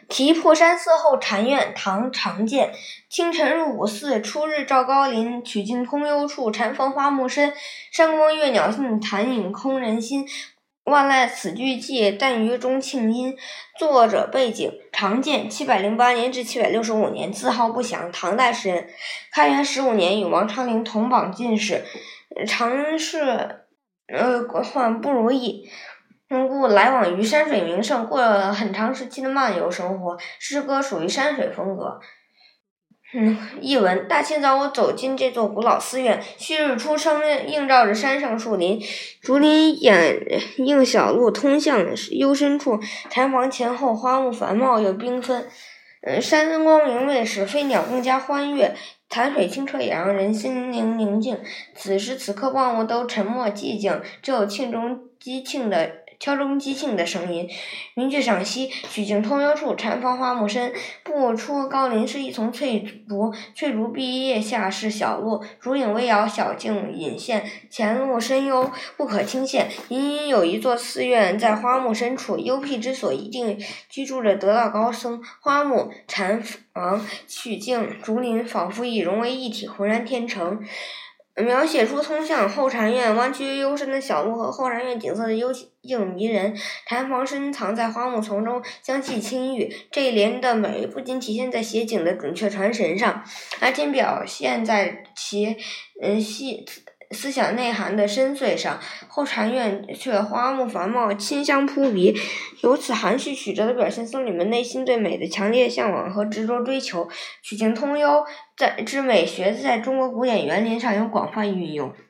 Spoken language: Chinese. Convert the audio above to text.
题破山寺后禅院，唐·常建。清晨入五寺，初日照高林。曲径通幽处，禅房花木深。山光悦鸟性，潭影空人心。万籁此俱寂，但余中庆音。作者背景：常建708年至765年，字号不详，唐代诗人。开元15年与王昌龄同榜进士，常事患不如意。故来往于山水名胜，过了很长时期的漫游生活。诗歌属于山水风格。译文：大清早我走进这座古老寺院，旭日初升，映照着山上树林，竹林掩映小路通向幽深处。禅房前后花木繁茂又缤纷，山光明媚使飞鸟更加欢悦，潭水清澈也让人心灵宁静。此时此刻万物都沉默寂静，只有敲钟击磬的声音。名句赏析：曲径通幽处，禅房花木深。不出高林是一丛翠竹，翠竹碧叶下是小路，竹影微摇，小径隐现，前路深幽，不可轻陷。隐隐有一座寺院在花木深处，幽僻之所一定居住着得道高僧。花木、禅房、曲径、竹林仿佛已融为一体，浑然天成。描写出通向后禅院弯曲幽深的小路和后禅院景色的幽静迷人。禅房深藏在花木丛中，香气清郁。这一联的美不仅体现在写景的准确传神上，而且表现在其思想内涵的深邃上。后禅院却花木繁茂，清香扑鼻，由此含蓄曲折地表现僧侣们内心对美的强烈向往和执着追求。曲径通幽之美学在中国古典园林上有广泛运用。